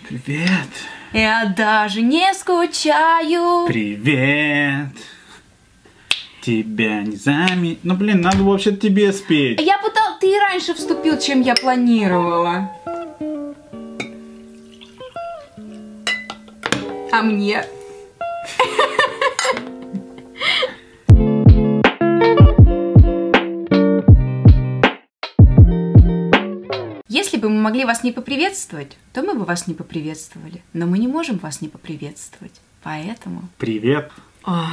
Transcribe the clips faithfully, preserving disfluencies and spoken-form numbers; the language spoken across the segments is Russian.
Привет. Я даже не скучаю. Привет. Тебя не заметил. Ну, блин, надо вообще-то тебе спеть. Я пыталась... Ты раньше вступил, чем я планировала. А мне? Если бы мы могли вас не поприветствовать, то мы бы вас не поприветствовали. Но мы не можем вас не поприветствовать. Поэтому... Привет. Ой.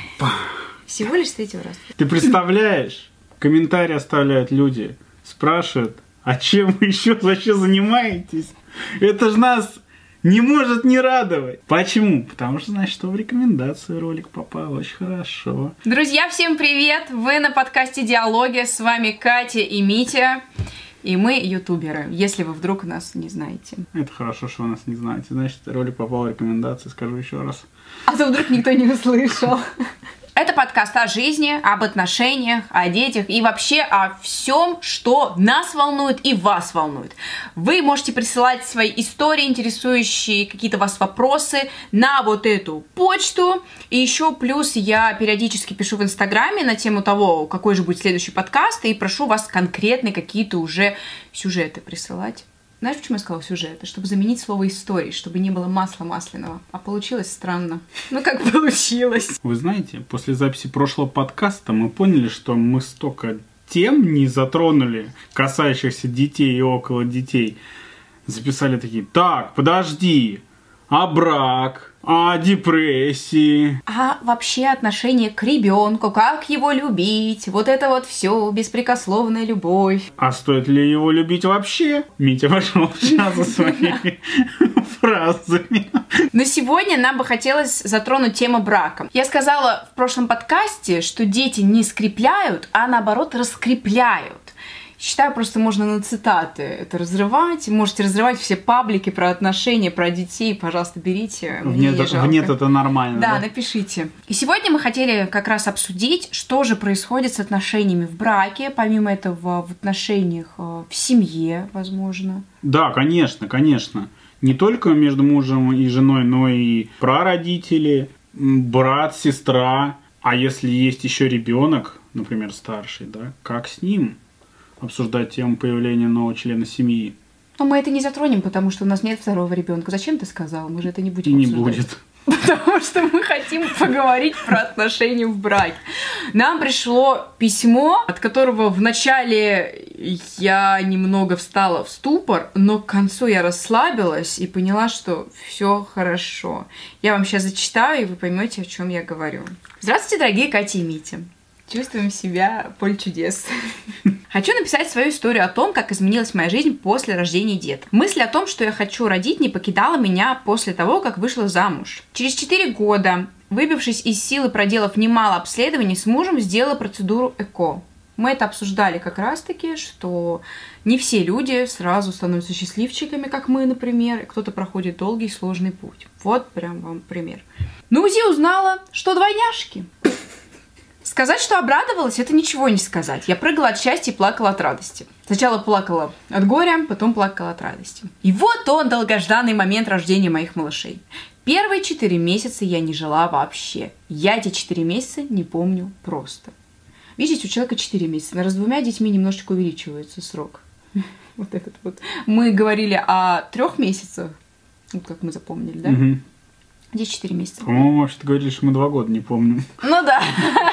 Всего лишь с третьего раза. Ты представляешь? Комментарии оставляют люди. Спрашивают, а чем вы еще вообще занимаетесь? Это же нас не может не радовать. Почему? Потому что, значит, что в рекомендацию ролик попал. Очень хорошо. Друзья, всем привет! Вы на подкасте «Диалоги». С вами Катя и Митя. И мы ютуберы, если вы вдруг нас не знаете. Это хорошо, что вы нас не знаете. Значит, ролик попал в рекомендации, скажу еще раз. А то вдруг никто не услышал. Это подкаст о жизни, об отношениях, о детях и вообще о всем, что нас волнует и вас волнует. Вы можете присылать свои истории, интересующие какие-то вас вопросы, на вот эту почту. И еще плюс я периодически пишу в Инстаграме на тему того, какой же будет следующий подкаст, и прошу вас конкретные какие-то уже сюжеты присылать. Знаешь, почему я сказала сюжеты? Чтобы заменить слово «истории», чтобы не было масла масляного. А получилось странно. Ну, как получилось. Вы знаете, после записи прошлого подкаста мы поняли, что мы столько тем не затронули, касающихся детей и около детей. Записали такие: так, подожди, а брак? А депрессии? А вообще отношение к ребенку, как его любить, вот это вот все, беспрекословная любовь. А стоит ли его любить вообще? Митя пошел в час за своими фразами. Но сегодня нам бы хотелось затронуть тему брака. Я сказала в прошлом подкасте, что дети не скрепляют, а наоборот раскрепляют. Считаю, просто можно на цитаты это разрывать. Можете разрывать все паблики про отношения, про детей. Пожалуйста, берите. В нет, в нет это нормально. Да, да, напишите. И сегодня мы хотели как раз обсудить, что же происходит с отношениями в браке, помимо этого в отношениях в семье, возможно. Да, конечно, конечно. Не только между мужем и женой, но и прародители, брат, сестра. А если есть еще ребенок, например, старший, да, как с ним обсуждать тему появления нового члена семьи? Но мы это не затронем, потому что у нас нет второго ребенка. Зачем ты сказал? Мы же это не будем И обсуждать. не будет. Потому что мы хотим поговорить про отношения в браке. Нам пришло письмо, от которого вначале я немного встала в ступор, но к концу я расслабилась и поняла, что все хорошо. Я вам сейчас зачитаю, и вы поймете, о чем я говорю. Здравствуйте, дорогие Катя и Митя. Чувствуем себя поле чудес. Хочу написать свою историю о том, как изменилась моя жизнь после рождения деток. Мысль о том, что я хочу родить, не покидала меня после того, как вышла замуж. Через четыре года, выбившись из сил и проделав немало обследований, с мужем сделала процедуру ЭКО. Мы это обсуждали как раз-таки, что не все люди сразу становятся счастливчиками, как мы, например. Кто-то проходит долгий и сложный путь. Вот прям вам пример. На УЗИ узнала, что двойняшки. Сказать, что обрадовалась, это ничего не сказать. Я прыгала от счастья и плакала от радости. Сначала плакала от горя, потом плакала от радости. И вот он, долгожданный момент рождения моих малышей. Первые четыре месяца я не жила вообще. Я эти четыре месяца не помню просто. Видите, у человека четыре месяца. Наверное, с двумя детьми немножечко увеличивается срок. Вот этот вот. Мы говорили о трех месяцах, вот как мы запомнили, да? Здесь четыре месяца. По-моему, вообще-то говорили, что мы два года не помним. Ну да.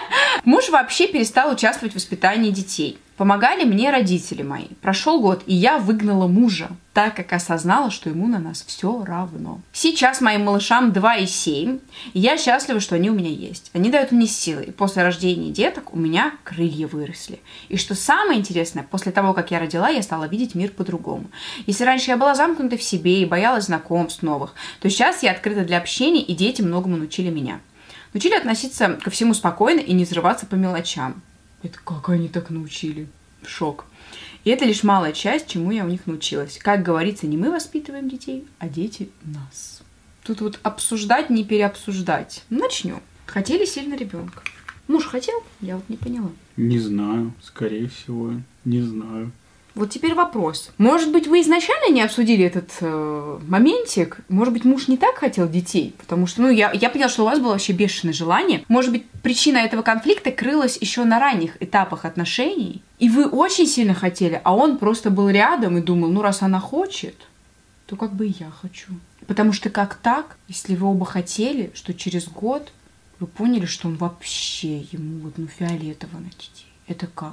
Муж вообще перестал участвовать в воспитании детей. Помогали мне родители мои. Прошел год, и я выгнала мужа, так как осознала, что ему на нас все равно. Сейчас моим малышам два и семь, и я счастлива, что они у меня есть. Они дают мне силы, и после рождения деток у меня крылья выросли. И что самое интересное, после того, как я родила, я стала видеть мир по-другому. Если раньше я была замкнута в себе и боялась знакомств новых, то сейчас я открыта для общения, и дети многому научили меня. Научили относиться ко всему спокойно и не взрываться по мелочам. Это как они так научили? Шок. И это лишь малая часть, чему я у них научилась. Как говорится, не мы воспитываем детей, а дети нас. Тут вот обсуждать, не переобсуждать. Начнем. Хотели сильно ребенка. Муж хотел? Я вот не поняла. Не знаю, скорее всего, не знаю. Вот теперь вопрос. Может быть, вы изначально не обсудили этот э, моментик? Может быть, муж не так хотел детей? Потому что, ну, я, я поняла, что у вас было вообще бешеное желание. Может быть, причина этого конфликта крылась еще на ранних этапах отношений? И вы очень сильно хотели, а он просто был рядом и думал, ну, раз она хочет, то как бы и я хочу. Потому что как так, если вы оба хотели, что через год вы поняли, что он вообще ему вот, ну, фиолетово на детей? Это как?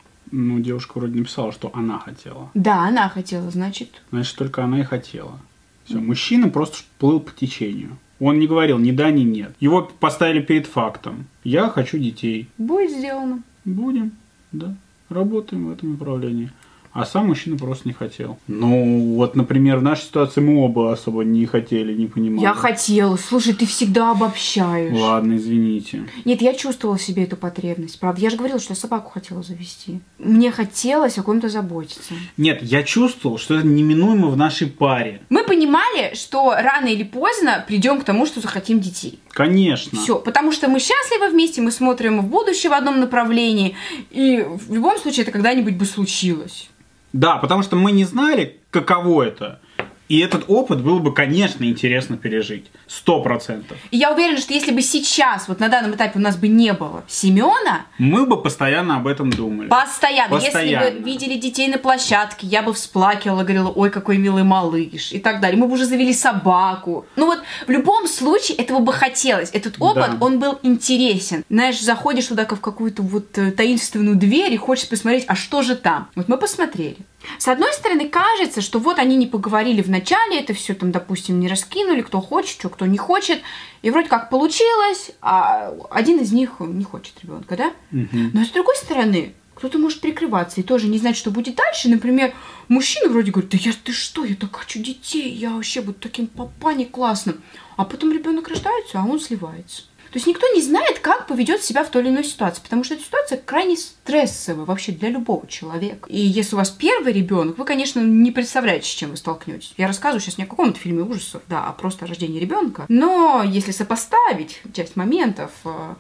Ну, девушка вроде написала, что она хотела. Да, она хотела, значит... Значит, только она и хотела. Все, mm. мужчина просто плыл по течению. Он не говорил ни да, ни нет. Его поставили перед фактом. Я хочу детей. Будет сделано. Будем, да. Работаем в этом направлении. А сам мужчина просто не хотел. Ну, вот, например, в нашей ситуации мы оба особо не хотели, не понимали. Я хотела. Слушай, ты всегда обобщаешь. Ладно, извините. Нет, я чувствовала в себе эту потребность. Правда, я же говорила, что я собаку хотела завести. Мне хотелось о ком-то заботиться. Нет, я чувствовал, что это неминуемо в нашей паре. Мы понимали, что рано или поздно придем к тому, что захотим детей. Конечно. Все, потому что мы счастливы вместе, мы смотрим в будущее в одном направлении, и в любом случае это когда-нибудь бы случилось. Да, потому что мы не знали, каково это. И этот опыт было бы, конечно, интересно пережить. Сто процентов. И я уверена, что если бы сейчас, вот на данном этапе у нас бы не было Семена, мы бы постоянно об этом думали. Постоянно. Постоянно. Если бы видели детей на площадке, я бы всплакивала, говорила, ой, какой милый малыш, и так далее. Мы бы уже завели собаку. Ну вот, в любом случае, этого бы хотелось. Этот опыт, да. Он был интересен. Знаешь, заходишь туда в какую-то вот таинственную дверь и хочешь посмотреть, а что же там? Вот мы посмотрели. С одной стороны, кажется, что вот они не поговорили в начале, это все там, допустим, не раскинули, кто хочет, что кто не хочет, и вроде как получилось, а один из них не хочет ребенка, да? Угу. Но с другой стороны, кто-то может прикрываться и тоже не знать, что будет дальше. Например, мужчина вроде говорит, да я, ты что, я так хочу детей, я вообще буду таким папаней классным. А потом ребенок рождается, а он сливается. То есть никто не знает, как поведет себя в той или иной ситуации, потому что эта ситуация крайне стрессовая вообще для любого человека. И если у вас первый ребенок, вы, конечно, не представляете, с чем вы столкнетесь. Я рассказываю сейчас не о каком-то фильме ужасов, да, а просто о рождении ребенка. Но если сопоставить часть моментов,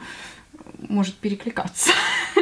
может перекликаться.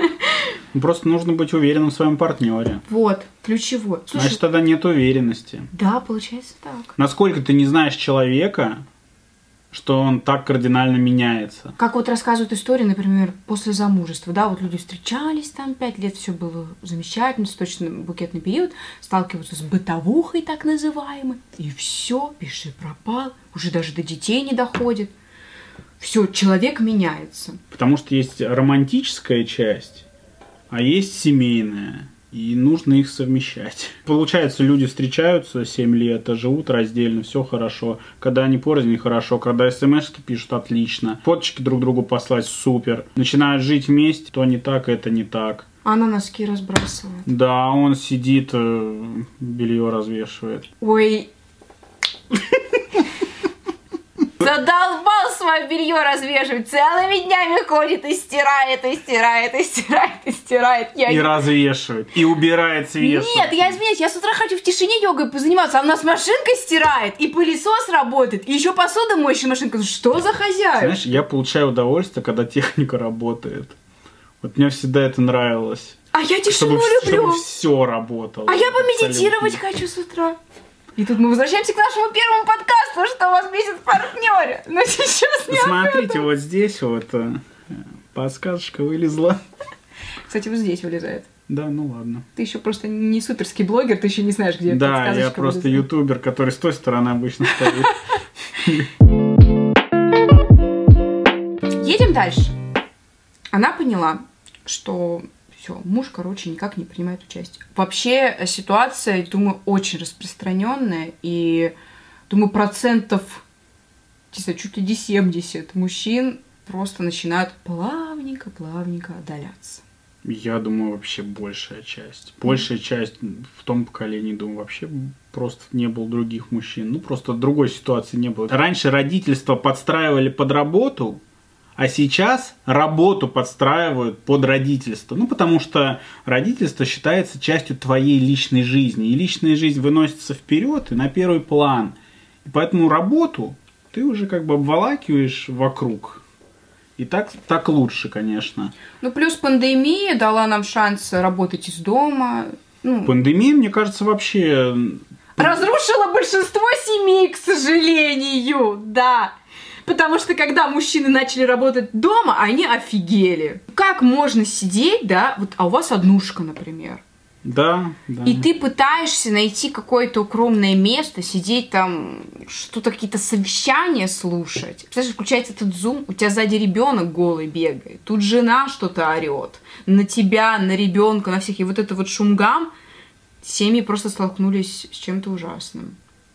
Просто нужно быть уверенным в своем партнере. Вот, ключевой. Слушай, значит, тогда нет уверенности. Да, получается так. Насколько ты не знаешь человека, что он так кардинально меняется. Как вот рассказывают истории, например, после замужества, да, вот люди встречались там пять лет, все было замечательно, точно букетный период, сталкиваются с бытовухой так называемой, и все, пиши пропал, уже даже до детей не доходит. Все, человек меняется. Потому что есть романтическая часть, а есть семейная. И нужно их совмещать. Получается, люди встречаются семь лет, живут раздельно, все хорошо. Когда они порознь, хорошо. Когда смс-ки пишут, отлично. Фоточки друг другу послать, супер. Начинают жить вместе, то не так, это не так. Она носки разбрасывает. Да, он сидит, белье развешивает. Ой. Задолбал свое белье развешивать, целыми днями ходит и стирает, и стирает, и стирает, и стирает. Я... И развешивает, и убирает свежее. Нет, я извиняюсь, я с утра хочу в тишине йогой позаниматься, а у нас машинка стирает, и пылесос работает, и еще посудомоечная машинка. Что за хозяин? Знаешь, я получаю удовольствие, когда техника работает. Вот мне всегда это нравилось. А я тишину чтобы, люблю. Чтобы все работало. А я помедитировать хочу с утра. И тут мы возвращаемся к нашему первому подкасту, что вас бесит в партнере. Но сейчас не Смотрите, вот здесь вот подсказочка вылезла. Кстати, вот здесь вылезает. Да, ну ладно. Ты еще просто не суперский блогер, ты еще не знаешь, где да, подсказочка. Да, я просто вылезает. Ютубер, который с той стороны обычно стоит. Едем дальше. Она поняла, что... Все, муж, короче, никак не принимает участие. Вообще ситуация, думаю, очень распространенная, и, думаю, процентов, не знаю, чуть ли не семьдесят мужчин просто начинают плавненько-плавненько отдаляться. Я думаю, вообще большая часть. Большая часть в том поколении, думаю, вообще просто не было других мужчин. Ну, просто другой ситуации не было. Раньше родительство подстраивали под работу, а сейчас работу подстраивают под родительство. Ну, потому что родительство считается частью твоей личной жизни. И личная жизнь выносится вперед и на первый план. И поэтому работу ты уже как бы обволакиваешь вокруг. И так, так лучше, конечно. Ну, плюс пандемия дала нам шанс работать из дома. Ну, Пандемия, мне кажется, вообще... разрушила большинство семей, к сожалению, да. Потому что когда мужчины начали работать дома, они офигели. Как можно сидеть, да, вот, а у вас однушка, например. Да, да. И ты пытаешься найти какое-то укромное место, сидеть там, что-то, какие-то совещания слушать. Представляешь, включается этот зум, у тебя сзади ребенок голый бегает, тут жена что-то орет на тебя, на ребенка, на всех. И вот это вот шумгам, семьи просто столкнулись с чем-то ужасным.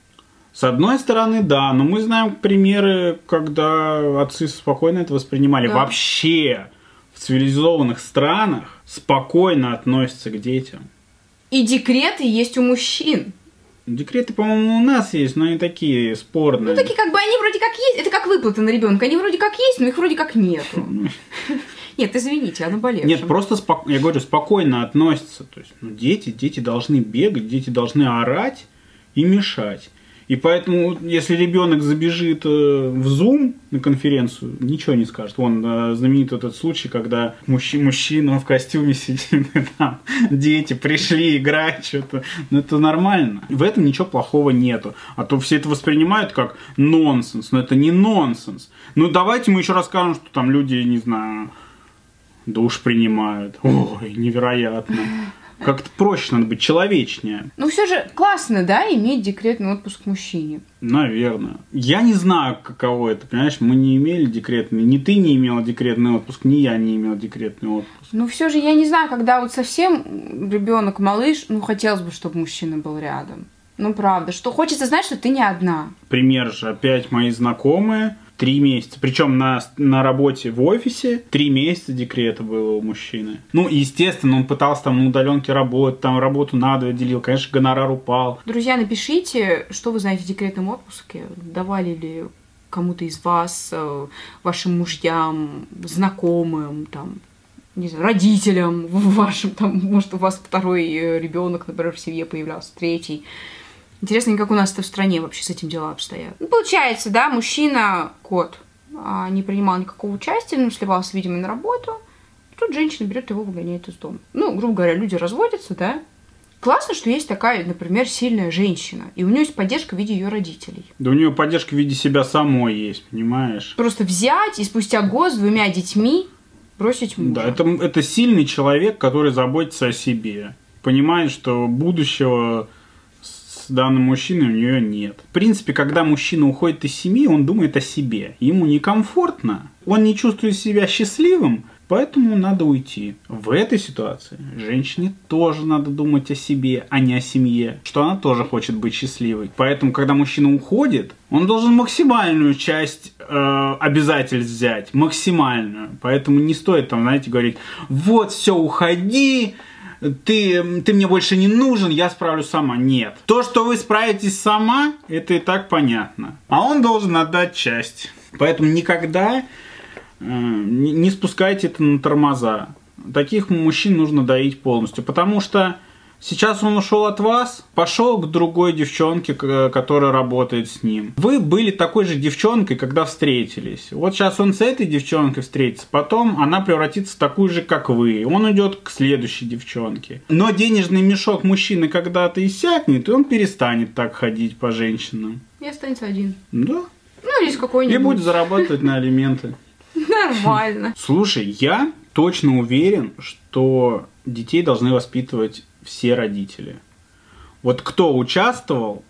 С одной стороны, да, но мы знаем примеры, когда отцы спокойно это воспринимали. Да. Вообще в цивилизованных странах спокойно относятся к детям. И декреты есть у мужчин. Декреты, по-моему, у нас есть, но они такие спорные. Ну, такие как бы они вроде как есть. Это как выплаты на ребенка. Они вроде как есть, но их вроде как нету. Нет, извините, она болеет. Нет, просто, спок... я говорю, спокойно относятся. То есть, ну, дети, дети должны бегать, дети должны орать и мешать. И поэтому, если ребенок забежит в Zoom на конференцию, ничего не скажет. Вон знаменитый этот случай, когда мужчина, мужчина в костюме сидит, и там дети пришли играть что-то. Ну, это нормально. В этом ничего плохого нету. А то все это воспринимают как нонсенс. Но это не нонсенс. Ну, давайте мы еще расскажем, что там люди, не знаю, душ принимают. Ой, невероятно. Как-то проще надо быть, человечнее. Ну, все же классно, да, иметь декретный отпуск мужчине? Наверное. Я не знаю, каково это, понимаешь, мы не имели декретный, ни ты не имела декретный отпуск, ни я не имел декретный отпуск. Ну, все же, я не знаю, когда вот совсем ребенок малыш, ну, хотелось бы, чтобы мужчина был рядом. Ну, правда, что хочется знать, что ты не одна. Пример же, опять мои знакомые, три месяца. Причем на, на работе в офисе три месяца декрета было у мужчины. Ну, естественно, он пытался там на удаленке работать, там работу надвое делил. Конечно, гонорар упал. Друзья, напишите, что вы знаете о декретном отпуске. Давали ли кому-то из вас, вашим мужьям, знакомым, там, не знаю, родителям вашим, там, может, у вас второй ребенок, например, в семье появлялся, третий. Интересно, как у нас-то в стране вообще с этим дела обстоят. Ну, получается, да, мужчина, кот, не принимал никакого участия, но сливался, видимо, на работу. Тут женщина берет его, выгоняет из дома. Ну, грубо говоря, люди разводятся, да. Классно, что есть такая, например, сильная женщина, и у нее есть поддержка в виде ее родителей. Да у нее поддержка в виде себя самой есть, понимаешь? Просто взять и спустя год с двумя детьми бросить мужа. Да, это, это сильный человек, который заботится о себе. Понимает, что будущего с данным мужчиной у нее нет. В принципе, когда мужчина уходит из семьи, он думает о себе. Ему некомфортно, он не чувствует себя счастливым, поэтому надо уйти. В этой ситуации женщине тоже надо думать о себе, а не о семье, что она тоже хочет быть счастливой. Поэтому, когда мужчина уходит, он должен максимальную часть э, обязательств взять, максимальную. Поэтому не стоит там, знаете, говорить, вот, все, уходи, Ты, ты мне больше не нужен, я справлюсь сама. Нет. То, что вы справитесь сама, это и так понятно. А он должен отдать часть. Поэтому никогда э, не, не спускайте это на тормоза. Таких мужчин нужно доить полностью. Потому что сейчас он ушел от вас, пошел к другой девчонке, которая работает с ним. Вы были такой же девчонкой, когда встретились. Вот сейчас он с этой девчонкой встретится, потом она превратится в такую же, как вы. Он идет к следующей девчонке. Но денежный мешок мужчины когда-то иссякнет, и он перестанет так ходить по женщинам. И останется один. Да. Ну, или какой-нибудь. И будет зарабатывать на алименты. Нормально. Слушай, я точно уверен, что детей должны воспитывать все родители. Вот кто участвовал,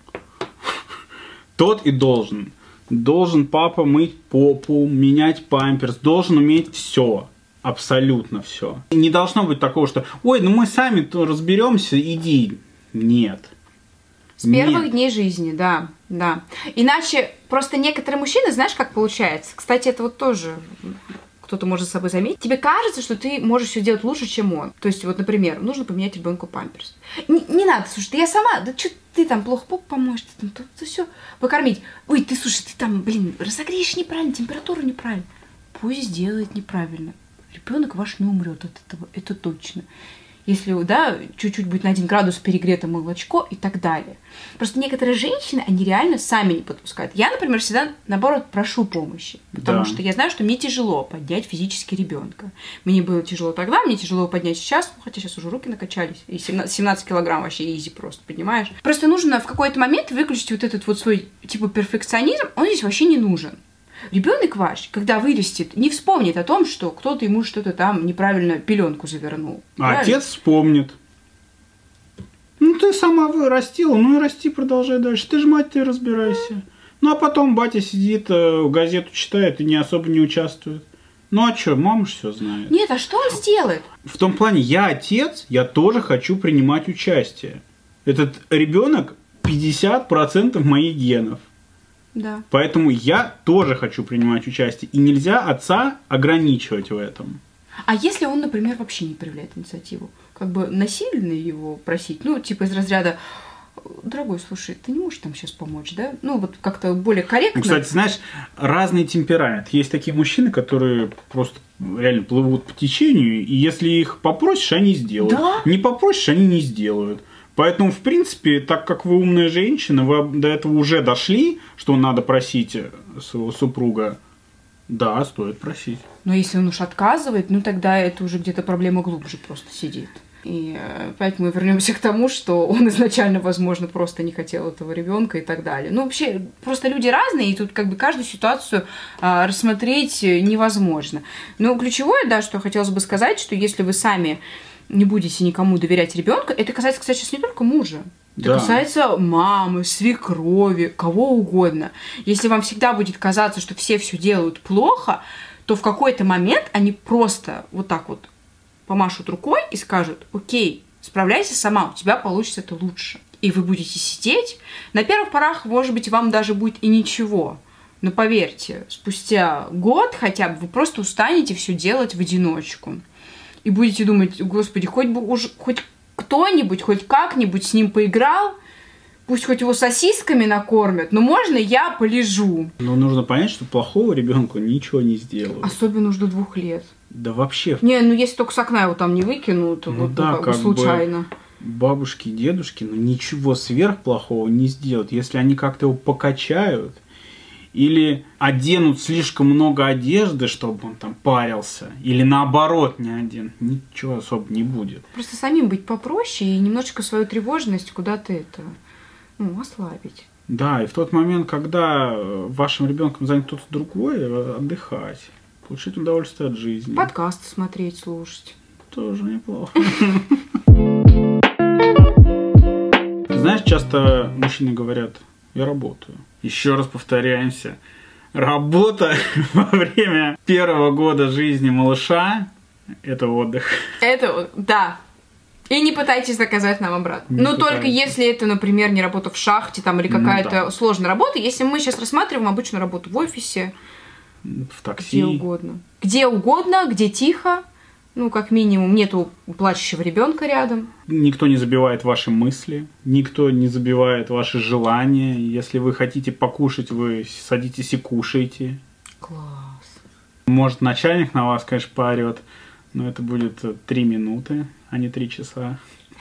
тот и должен. Должен папа мыть попу, менять памперс, должен уметь все. Абсолютно все. И не должно быть такого, что ой, ну мы сами разберемся, иди. Нет. С первых Нет. дней жизни, да, да. Иначе просто некоторые мужчины, знаешь, как получается? Кстати, это вот тоже кто-то может с собой заметить. Тебе кажется, что ты можешь все делать лучше, чем он. То есть, вот, например, нужно поменять ребенку памперс. Не, не надо, слушай, да я сама, да что ты там плохо поп поможешь, ты там то, то все покормить. Ой, ты, слушай, ты там, блин, разогреешь неправильно, температуру неправильно. Пусть сделает неправильно. Ребенок ваш не умрет от этого, это точно. Если, да, чуть-чуть будет на один градус перегрето молочко и так далее. Просто некоторые женщины, они реально сами не подпускают. Я, например, всегда, наоборот, прошу помощи. Потому да. что я знаю, что мне тяжело поднять физически ребенка. Мне было тяжело тогда, мне тяжело поднять сейчас, хотя сейчас уже руки накачались. И семнадцать килограмм вообще изи просто, понимаешь? Просто нужно в какой-то момент выключить вот этот вот свой, типа, перфекционизм. Он здесь вообще не нужен. Ребенок ваш, когда вырастет, не вспомнит о том, что кто-то ему что-то там неправильно пеленку завернул. А правильно? Отец вспомнит. Ну, ты сама вырастила, ну и расти продолжай дальше. Ты же мать, ты разбирайся. Ну, а потом батя сидит, газету читает и не особо не участвует. Ну, а что, мама же все знает. Нет, а что он сделает? В том плане, я отец, я тоже хочу принимать участие. Этот ребенок пятьдесят процентов моих генов. Да. Поэтому я тоже хочу принимать участие. И нельзя отца ограничивать в этом. А если он, например, вообще не проявляет инициативу? Как бы насильно его просить? Ну, типа из разряда: дорогой, слушай, ты не можешь там сейчас помочь, да? Ну, вот как-то более корректно. Ну, кстати, знаешь, разный темперамент. Есть такие мужчины, которые просто реально плывут по течению, и если их попросишь, они сделают. Да? Не попросишь, они не сделают. Поэтому, в принципе, так как вы умная женщина, вы до этого уже дошли, что надо просить своего супруга, да, стоит просить. Но если он уж отказывает, ну тогда это уже где-то проблема глубже просто сидит. И поэтому мы вернемся к тому, что он изначально, возможно, просто не хотел этого ребенка и так далее. Ну, вообще, просто люди разные, и тут как бы каждую ситуацию а, рассмотреть невозможно. Но ключевое, да, что хотелось бы сказать, что если вы сами не будете никому доверять ребенка, это касается, кстати, сейчас не только мужа. Это да. касается мамы, свекрови, кого угодно. Если вам всегда будет казаться, что все все делают плохо, то в какой-то момент они просто вот так вот помашут рукой и скажут: окей, справляйся сама, у тебя получится это лучше. И вы будете сидеть. На первых порах, может быть, вам даже будет и ничего. Но поверьте, спустя год хотя бы вы просто устанете все делать в одиночку. И будете думать: господи, хоть бы уж хоть кто-нибудь, хоть как-нибудь с ним поиграл, пусть хоть его сосисками накормят, но можно я полежу. Но нужно понять, что плохого ребенку ничего не сделают. Особенно уж до двух лет. Да вообще. Не, ну если только с окна его там не выкинут, ну, вот, да, ну, как, как бы случайно. Бы бабушки и дедушки, ну ничего сверхплохого не сделают, если они как-то его покачают. Или оденут слишком много одежды, чтобы он там парился. Или наоборот не оденут. Ничего особо не будет. Просто самим быть попроще и немножечко свою тревожность куда-то это, ну, ослабить. Да, и в тот момент, когда вашим ребенком занят кто-то другой, отдыхать. Получить удовольствие от жизни. Подкасты смотреть, слушать. Тоже неплохо. Знаешь, часто мужчины говорят: я работаю. Еще раз повторяемся. Работа во время первого года жизни малыша – это отдых. Это, да. И не пытайтесь доказать нам обратно. Но только если это, например, не работа в шахте там, или какая-то ну, да. сложная работа. Если мы сейчас рассматриваем обычную работу в офисе, в такси. Где угодно. Где угодно, где тихо. Ну, как минимум, нету плачущего ребенка рядом. Никто не забивает ваши мысли, никто не забивает ваши желания. Если вы хотите покушать, вы садитесь и кушаете. Класс. Может, начальник на вас, конечно, поорет, но это будет три минуты, а не три часа.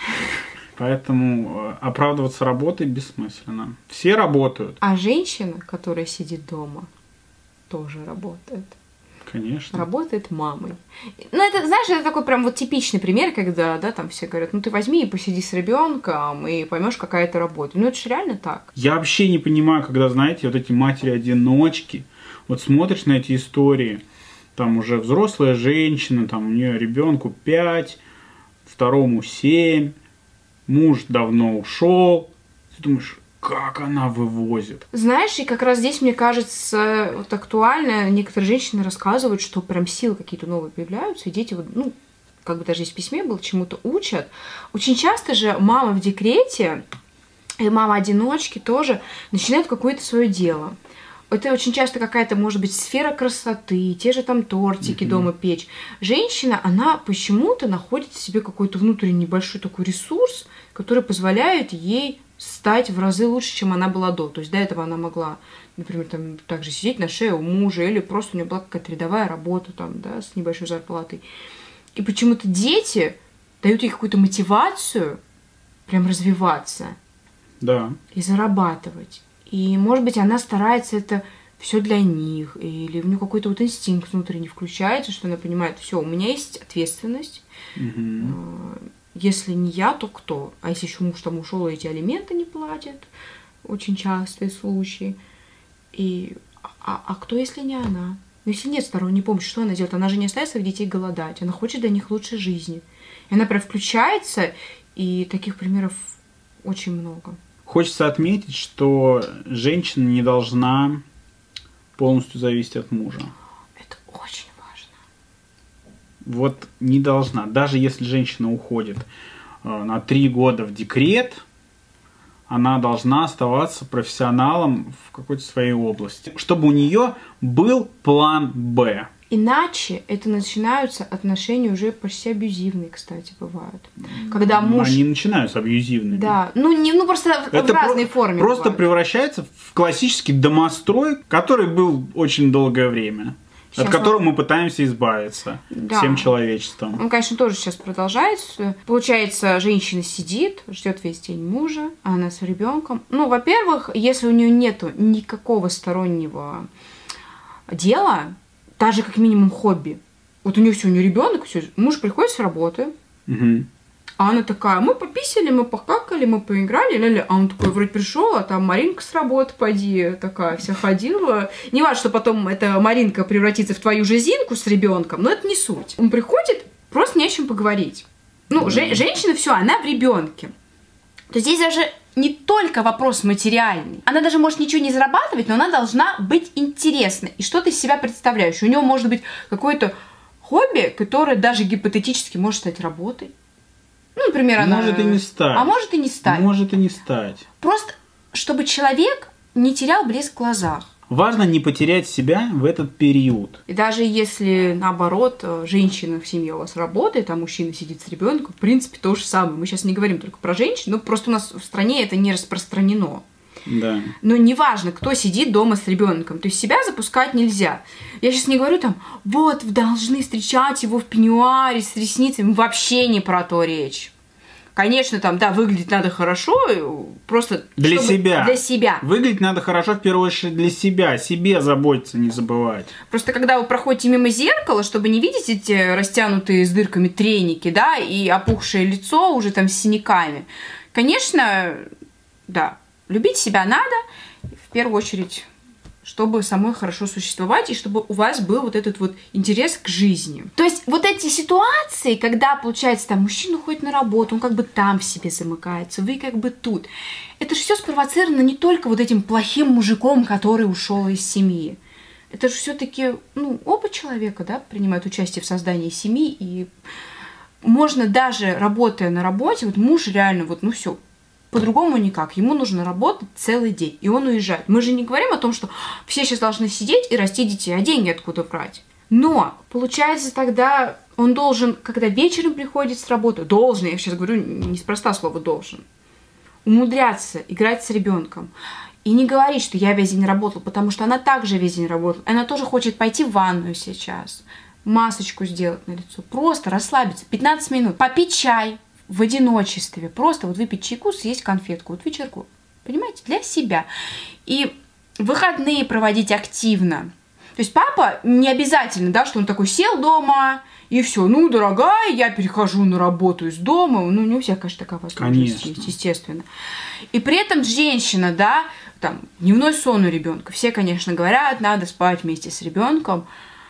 Поэтому оправдываться работой бессмысленно. Все работают. А женщина, которая сидит дома, тоже работает. Конечно. Работает мамой. Ну, это, знаешь, это такой прям вот типичный пример, когда, да, там все говорят: ну, ты возьми и посиди с ребенком, и поймешь, какая это работа. Ну, это же реально так. Я вообще не понимаю, когда, знаете, вот эти матери-одиночки, вот смотришь на эти истории, там уже взрослая женщина, там у нее ребенку пять, второму семь, муж давно ушел. Ты думаешь, как она вывозит? Знаешь, и как раз здесь, мне кажется, вот актуально, некоторые женщины рассказывают, что прям силы какие-то новые появляются, и дети, вот, ну, как бы даже здесь в письме было, чему-то учат. Очень часто же мама в декрете и мама-одиночки тоже начинают какое-то свое дело. Это очень часто какая-то, может быть, сфера красоты, те же там тортики mm-hmm. дома печь. Женщина, она почему-то находит в себе какой-то внутренний небольшой такой ресурс, который позволяет ей стать в разы лучше, чем она была до. То есть до этого она могла, например, там также сидеть на шее у мужа, или просто у нее была какая-то рядовая работа там, да, с небольшой зарплатой. И почему-то дети дают ей какую-то мотивацию прям развиваться. Да. И зарабатывать. И, может быть, она старается это все для них, или у нее какой-то вот инстинкт внутренний включается, что она понимает, все, у меня есть ответственность. Угу. Если не я, то кто? А если еще муж там ушел, и эти алименты не платят, очень частые случаи. И а, а кто, если не она? Но если нет сторонней помощи, что она делает? Она же не оставит своих детей голодать. Она хочет для них лучшей жизни. И она прям включается, и таких примеров очень много. Хочется отметить, что женщина не должна полностью зависеть от мужа. Это очень важно. Вот не должна. Даже если женщина уходит э, на три года в декрет, она должна оставаться профессионалом в какой-то своей области, чтобы у нее был план Б. Иначе это начинаются отношения уже почти абьюзивные, кстати, бывают. Когда муж... Они начинаются абьюзивными. Да, ну, не, ну просто это в разной про- форме. Просто бывает. Превращается в классический домострой, который был очень долгое время. Сейчас от которого он... мы пытаемся избавиться, да, всем человечеством. Он, конечно, тоже сейчас продолжается. Получается, женщина сидит, ждет весь день мужа, а она с ребенком. Ну, во-первых, если у нее нету никакого стороннего дела, даже как минимум хобби. Вот у нее все, у нее ребенок, все, муж приходит с работы, угу. а она такая: мы пописали, мы покакали, мы поиграли, ля-ля. А он такой вроде пришел, а там Маринка с работы, поди, такая вся ходила. Не важно, что потом эта Маринка превратится в твою же Зинку с ребенком, но это не суть. Он приходит, просто не о чем поговорить. Ну, же, женщина, все, она в ребенке. То здесь даже не только вопрос материальный. Она даже может ничего не зарабатывать, но она должна быть интересной. И что ты из себя представляешь? У нее может быть какое-то хобби, которое даже гипотетически может стать работой. Ну, например, она... Может и не стать. А может и не стать. Может и не стать. Просто, чтобы человек не терял блеск в глазах. Важно не потерять себя в этот период. И даже если, наоборот, женщина в семье у вас работает, а мужчина сидит с ребенком, в принципе, то же самое. Мы сейчас не говорим только про женщин, но просто у нас в стране это не распространено. Да. Но неважно, кто сидит дома с ребенком. То есть себя запускать нельзя. Я сейчас не говорю там, вот, вы должны встречать его в пеньюаре с ресницами. Вообще не про то речь. Конечно, там, да, выглядеть надо хорошо, просто... Для чтобы... себя. Для себя. Выглядеть надо хорошо, в первую очередь, для себя. О себе заботиться не забывать. Просто когда вы проходите мимо зеркала, чтобы не видеть эти растянутые с дырками треники, да, и опухшее лицо уже там с синяками, конечно, да, любить себя надо, в первую очередь, чтобы самой хорошо существовать, и чтобы у вас был вот этот вот интерес к жизни. То есть вот эти ситуации, когда, получается, там мужчина уходит на работу, он как бы там в себе замыкается, вы как бы тут. Это же все спровоцировано не только вот этим плохим мужиком, который ушел из семьи. Это же все-таки, ну, оба человека, да, принимают участие в создании семьи, и можно даже, работая на работе, вот муж реально вот, ну все, по-другому никак. Ему нужно работать целый день, и он уезжает. Мы же не говорим о том, что все сейчас должны сидеть и расти детей, а деньги откуда брать? Но, получается, тогда он должен, когда вечером приходит с работы, должен, я сейчас говорю неспроста слово «должен», умудряться играть с ребенком. И не говорить, что я весь день работала, потому что она также весь день работала. Она тоже хочет пойти в ванную сейчас, масочку сделать на лицо, просто расслабиться, пятнадцать минут, попить чай в одиночестве, просто вот выпить чайку, съесть конфетку, вот вечерку, понимаете, для себя. И выходные проводить активно. То есть папа не обязательно, да, что он такой сел дома, и все, ну, дорогая, я перехожу на работу из дома. Ну, не у всех, конечно, такая возможность конечно. есть, естественно. И при этом женщина, да, там, дневной сон у ребенка. Все, конечно, говорят, надо спать вместе с ребенком.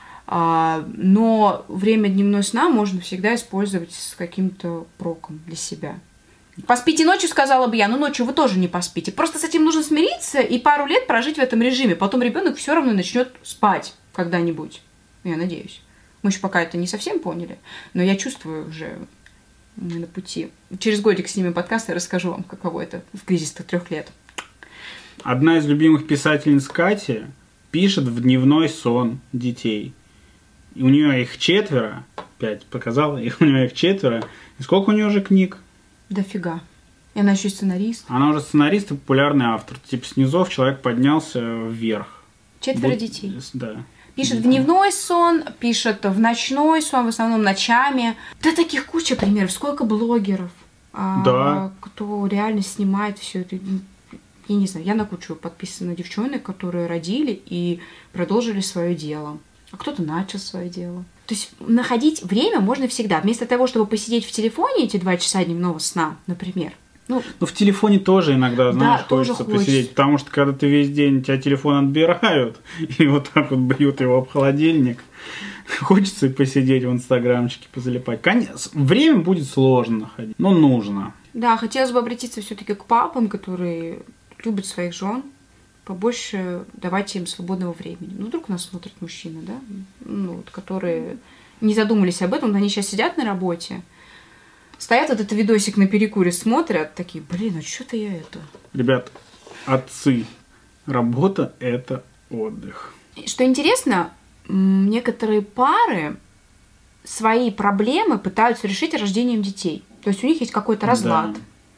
Но время дневного сна можно всегда использовать с каким-то проком для себя. Поспите ночью, сказала бы я, но ночью вы тоже не поспите. Просто с этим нужно смириться и пару лет прожить в этом режиме. Потом ребенок все равно начнет спать когда-нибудь. Я надеюсь. Мы еще пока это не совсем поняли, но я чувствую уже, мы на пути. Через годик снимем подкаст и расскажу вам, каково это в кризис-то трех лет. Одна из любимых писательниц Кати пишет в дневной сон детей. И у нее их четверо, пять показала, и у нее их четверо. И сколько у нее уже книг? Дофига. И она еще и сценарист. Она уже сценарист и популярный автор. Типа снизов человек поднялся вверх. Четверо Буд... детей. Да. Пишет в дневной сон, пишет в ночной сон, в основном ночами. Да таких куча примеров. Сколько блогеров, Да. а, кто реально снимает все это. Я не знаю, я на кучу подписана девчонок, которые родили и продолжили свое дело. А кто-то начал свое дело. То есть находить время можно всегда. Вместо того, чтобы посидеть в телефоне эти два часа дневного сна, например. Ну, Ну, в телефоне тоже иногда, знаешь, Да, тоже хочется хочется. посидеть, потому что когда ты весь день, тебя телефон отбирают, и вот так вот бьют его об холодильник, хочется и посидеть в инстаграмчике, позалипать. Конечно, время будет сложно находить, но нужно. да, хотелось бы обратиться все-таки к папам, которые любят своих жен, побольше давайте им свободного времени. Ну, вдруг нас смотрят мужчины, да, ну, вот, которые не задумались об этом, они сейчас сидят на работе, стоят вот этот видосик на перекуре, смотрят, такие, блин, а что-то я это... Ребят, отцы, работа – это отдых. Что интересно, м, некоторые пары свои проблемы пытаются решить рождением детей. То есть у них есть какой-то разлад. Да.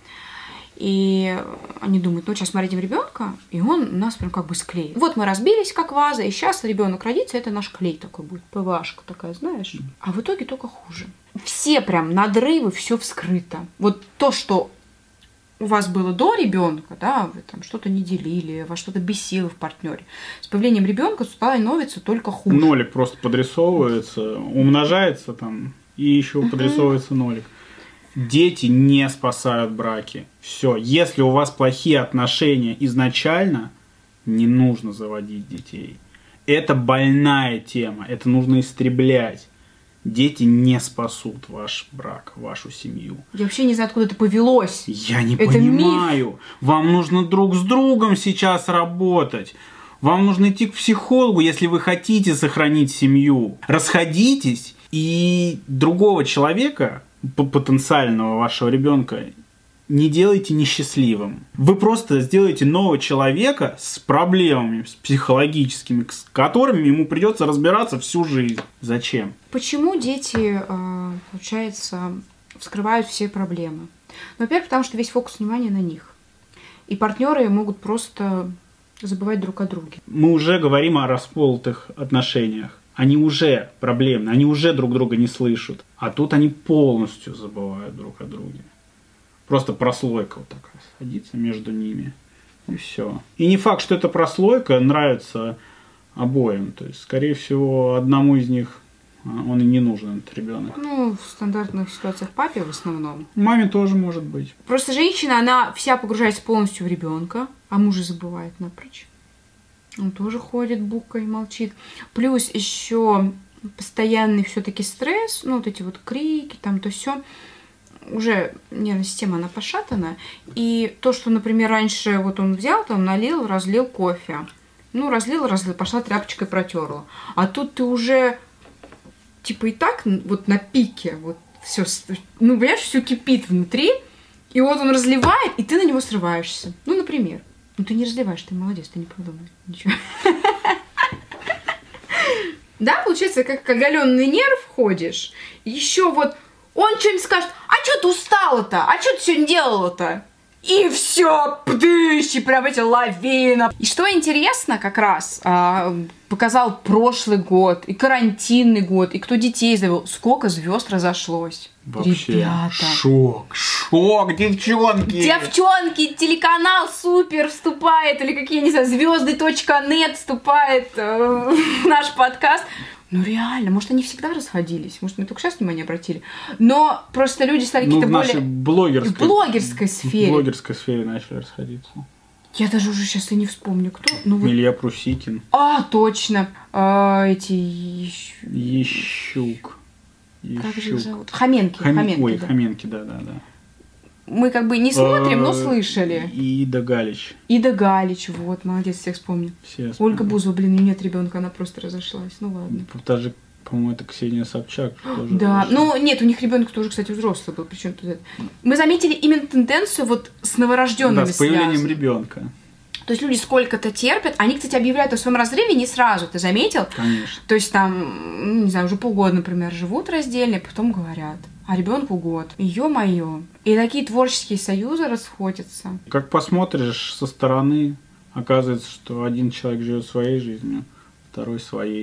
И они думают, ну сейчас мы родим ребенка, и он нас прям как бы склеит. Вот мы разбились как ваза, и сейчас ребенок родится, это наш клей такой будет, ПВАшка такая, знаешь. А в итоге только хуже. Все прям надрывы, все вскрыто. Вот то, что у вас было до ребенка, да, вы там что-то не делили, вас что-то бесило в партнере. С появлением ребенка становится только хуже. Нолик просто подрисовывается, умножается там, и еще Мгм. подрисовывается нолик. Дети не спасают браки. Все. Если у вас плохие отношения изначально, не нужно заводить детей. Это больная тема. Это нужно истреблять. Дети не спасут ваш брак, вашу семью. Я вообще не знаю, откуда это повелось. Я не Это понимаю. Вам нужно друг с другом сейчас работать. Вам нужно идти к психологу, если вы хотите сохранить семью. Расходитесь, и другого человека, п- потенциального вашего ребенка, не делайте несчастливым. Вы просто сделаете нового человека с проблемами, с психологическими, с которыми ему придется разбираться всю жизнь. Зачем? Почему дети, э, получается, вскрывают все проблемы? Ну, во-первых, потому что весь фокус внимания на них. И партнеры могут просто забывать друг о друге. Мы уже говорим о располтых отношениях. Они уже проблемны, они уже друг друга не слышат. А тут они полностью забывают друг о друге. Просто прослойка вот такая садится между ними. И все. И не факт, что эта прослойка нравится обоим. То есть, скорее всего, одному из них он и не нужен, этот ребенок. Ну, в стандартных ситуациях папе в основном. Маме тоже может быть. Просто женщина, она вся погружается полностью в ребенка, а мужа забывает напрочь. Он тоже ходит, букой, молчит. Плюс еще постоянный все-таки стресс, ну, вот эти вот крики, там то все. Уже нервная система, она пошатана. И то, что, например, раньше вот он взял, там, налил, разлил кофе. Ну, разлил, разлил, пошла тряпочкой протерла. А тут ты уже, типа, и так вот на пике, вот все, ну, понимаешь, все кипит внутри. И вот он разливает, и ты на него срываешься. Ну, например. Ну, ты не разливаешь, ты молодец, ты не подумай. Ничего. Да, получается, как оголенный нерв ходишь. Еще вот он что-нибудь скажет, а что ты устала-то? А что ты сегодня делала-то? И все, пдыщ, и прям эти лавина. И что интересно, как раз а, показал прошлый год, и карантинный год, и кто детей завел, сколько звезд разошлось. Вообще Ребята. шок, шок, девчонки. Девчонки, телеканал Супер вступает, или какие, не знаю, звезды точка нет вступает э, в наш подкаст. Ну реально, может, они всегда расходились, может, мы только сейчас внимание обратили. Но просто люди стали Ну, какие-то в нашей более... блогерской, в блогерской сфере. В блогерской сфере начали расходиться. Я даже уже сейчас и не вспомню, кто. Ну, вот... Илья Прусикин. А, точно. А, эти... Ещ- Ещук. Как же их Ещук. зовут? Хоменки. Хом- Хоменки, Ой, да. Хоменки, да-да-да. Мы как бы не смотрим, но Э, слышали. Ида Галич. Ида Галич, вот, молодец, всех вспомнил. Все Ольга вспомнили. Бузова, блин, у нее нет ребенка, она просто разошлась. Ну ладно. Даже, по-моему, это Ксения Собчак. Тоже Да, разошлась. ну нет, у них ребенок тоже, кстати, взрослый был. Причем тут это. Мы заметили именно тенденцию вот с новорожденными Да, с появлением связанную. ребенка. То есть люди сколько-то терпят, они, кстати, объявляют о своем разрыве не сразу, ты заметил? Конечно. То есть там, ну, не знаю, уже полгода, например, живут раздельно, потом говорят, а ребенку год. Ё-моё. И такие творческие союзы расходятся. Как посмотришь со стороны, оказывается, что один человек живет своей жизнью, второй своей.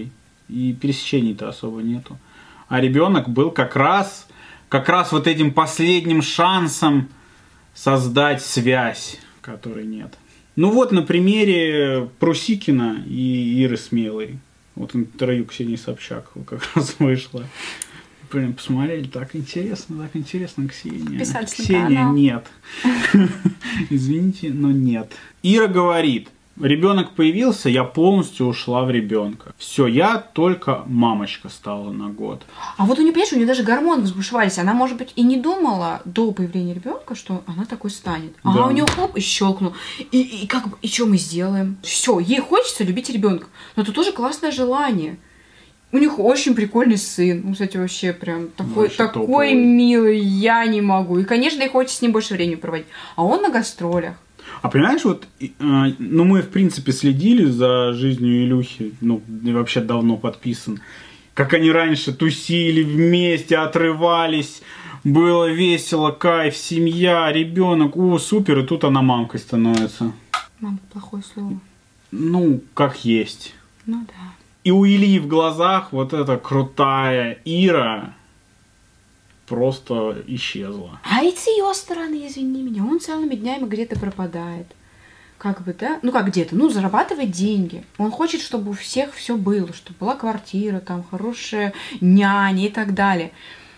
и пересечений-то особо нету. А ребенок был как раз, как раз вот этим последним шансом создать связь, которой нет. Ну вот на примере Прусикина и Иры Смелой. Вот интервью Ксении Собчак как раз вышло. Блин, посмотрели, так интересно, так интересно, Ксения. Писательский Ксения, канал. нет. Извините, но нет. Ира говорит, ребенок появился, я полностью ушла в ребенка. Все, я только мамочка стала на год. А вот у нее, понимаешь, у нее даже гормоны взбушевались. Она, может быть, и не думала до появления ребенка, что она такой станет. А Да. у нее хлоп и щелкнул. И, и как бы, и что мы сделаем? Все, ей хочется любить ребенка. Но это тоже классное желание. У них очень прикольный сын. Ну, кстати, вообще прям такой, Вообще такой топовый. милый. Я не могу. И, конечно, ей хочется с ним больше времени проводить. А он на гастролях. А понимаешь, вот, э, ну мы, в принципе, следили за жизнью Илюхи, ну, и вообще давно подписан. Как они раньше тусили вместе, отрывались, было весело, кайф, семья, ребенок, о, супер, и тут она мамкой становится. Мама, плохое слово. Ну, как есть. Ну да. И у Ильи в глазах вот эта крутая Ира просто исчезла. А и с ее стороны, извини меня, он целыми днями где-то пропадает. Как бы, да? Ну, как где-то? Ну, зарабатывает деньги. Он хочет, чтобы у всех все было, чтобы была квартира, там, хорошая няня и так далее.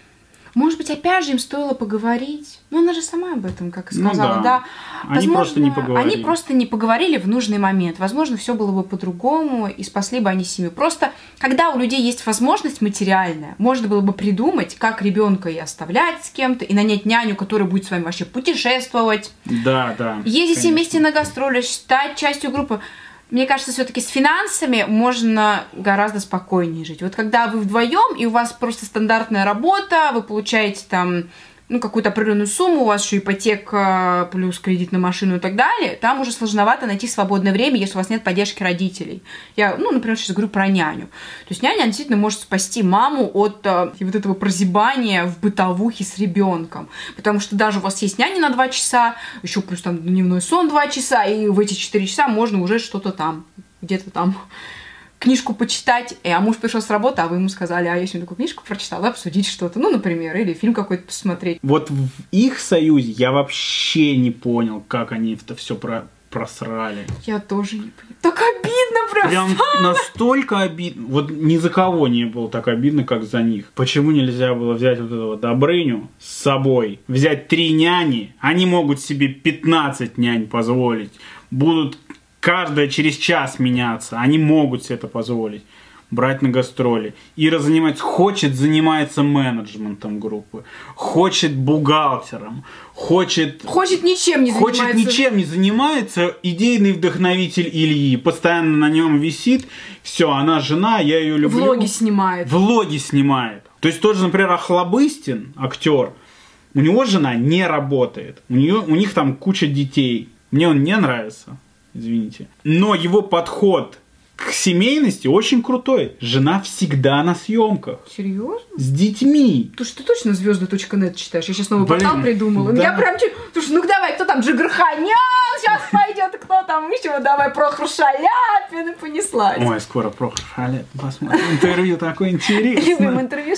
Может быть, опять же, им стоило поговорить. Ну, она же сама об этом, как Ну сказала, да. да. Они Возможно, просто не поговорили. Они просто не поговорили в нужный момент. Возможно, все было бы по-другому, и спасли бы они семью. Просто, когда у людей есть возможность материальная, можно было бы придумать, как ребенка и оставлять с кем-то, и нанять няню, которая будет с вами вообще путешествовать, Да, да. ездить все конечно. вместе на гастроли, стать частью группы. Мне кажется, все-таки с финансами можно гораздо спокойнее жить. Вот когда вы вдвоем, и у вас просто стандартная работа, вы получаете там ну, какую-то определенную сумму, у вас еще ипотека плюс кредит на машину и так далее, там уже сложновато найти свободное время, если у вас нет поддержки родителей. Я, ну, например, сейчас говорю про няню. То есть няня действительно может спасти маму от э, вот этого прозябания в бытовухе с ребенком. Потому что даже у вас есть няня на два часа, еще плюс там дневной сон два часа, и в эти четыре часа можно уже что-то там, где-то там книжку почитать, а муж пришел с работы, а вы ему сказали, а я сегодня такую книжку прочитала, обсудить что-то, ну, например, или фильм какой-то посмотреть. Вот в их союзе я вообще не понял, как они это все про просрали. Я тоже не понимаю. Так обидно просто. Прям настолько обидно. Вот ни за кого не было так обидно, как за них. Почему нельзя было взять вот этого Добрыню с собой, взять три няни? Они могут себе пятнадцать нянь позволить. Будут каждая через час меняться. Они могут себе это позволить. Брать на гастроли. Ира занимается, хочет, занимается менеджментом группы. Хочет бухгалтером. Хочет... Хочет ничем не Хочет занимается. ничем не занимается. Идейный вдохновитель Ильи. Постоянно на нем висит. Все, она жена, я ее люблю. Влоги снимает. Влоги снимает. То есть тот же, например, Охлобыстин, актер, у него жена не работает. У, нее, у них там куча детей. Мне он не нравится. Извините. Но его подход к семейности очень крутой. Жена всегда на съемках. Серьезно? С детьми. Слушай, ты точно звезды точка нет читаешь? Я сейчас новый Блин, портал придумала. да. Я прям... чуть- Слушай, ну давай, кто там? Джигарханян сейчас пойдет, кто там еще? Давай, Прохор Шаляпин, и понеслась. Ой, скоро Прохор Шаляпин посмотрим. Интервью такое Любим интересное. интервью.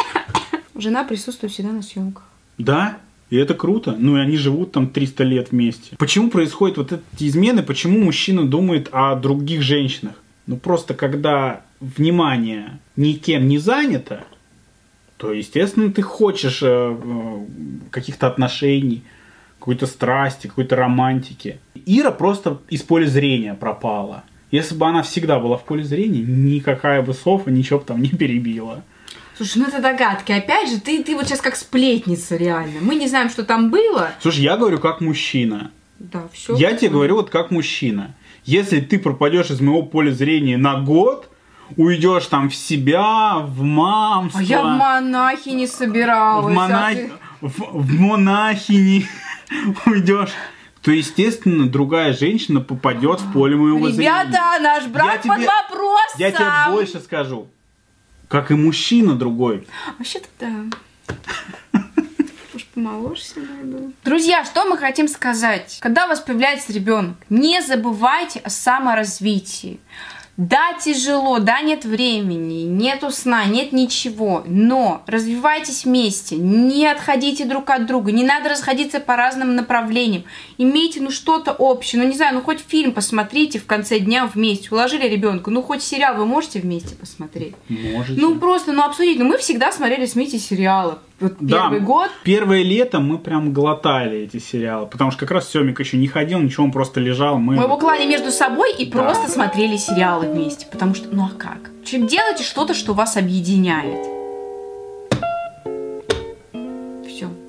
Жена присутствует всегда на съемках. Да, и это круто. Ну, и они живут там триста лет вместе. Почему происходят вот эти измены? Почему мужчина думает о других женщинах? Ну, просто когда внимание никем не занято, то, естественно, ты хочешь э, э, каких-то отношений, какой-то страсти, какой-то романтики. Ира просто из поля зрения пропала. Если бы она всегда была в поле зрения, никакая бы Софа ничего бы там не перебила. Слушай, ну это догадки. Опять же, ты, ты вот сейчас как сплетница реально. Мы не знаем, что там было. Слушай, я говорю как мужчина. Да, все. Я тебе говорю вот как мужчина. Если ты пропадешь из моего поля зрения на год, уйдешь там в себя, в мамство. А я в монахи не собиралась. в, а монах... ты- в, в монахини уйдешь, то, естественно, другая женщина попадет в поле моего зрения. Ребята, наш брак Я под тебе- вопросом. Я тебе больше скажу. Как и мужчина другой. Вообще-то да. Уж помоложе найду. Друзья, что мы хотим сказать? Когда у вас появляется ребенок, не забывайте о саморазвитии. Да, тяжело, да, нет времени, нету сна, нет ничего, но развивайтесь вместе, не отходите друг от друга, не надо расходиться по разным направлениям, имейте, ну, что-то общее, ну, не знаю, ну, хоть фильм посмотрите в конце дня вместе, уложили ребенка, ну, хоть сериал вы можете вместе посмотреть? Можете. Ну, просто, ну, обсудить, ну, мы всегда смотрели с Митей сериалы. Вот первый да, год. Первое лето мы прям глотали эти сериалы, потому что как раз Семик еще не ходил, ничего, он просто лежал. Мы, мы его клали между собой и да. просто смотрели сериалы вместе, потому что, ну а как? Делайте что-то, что вас объединяет. Все.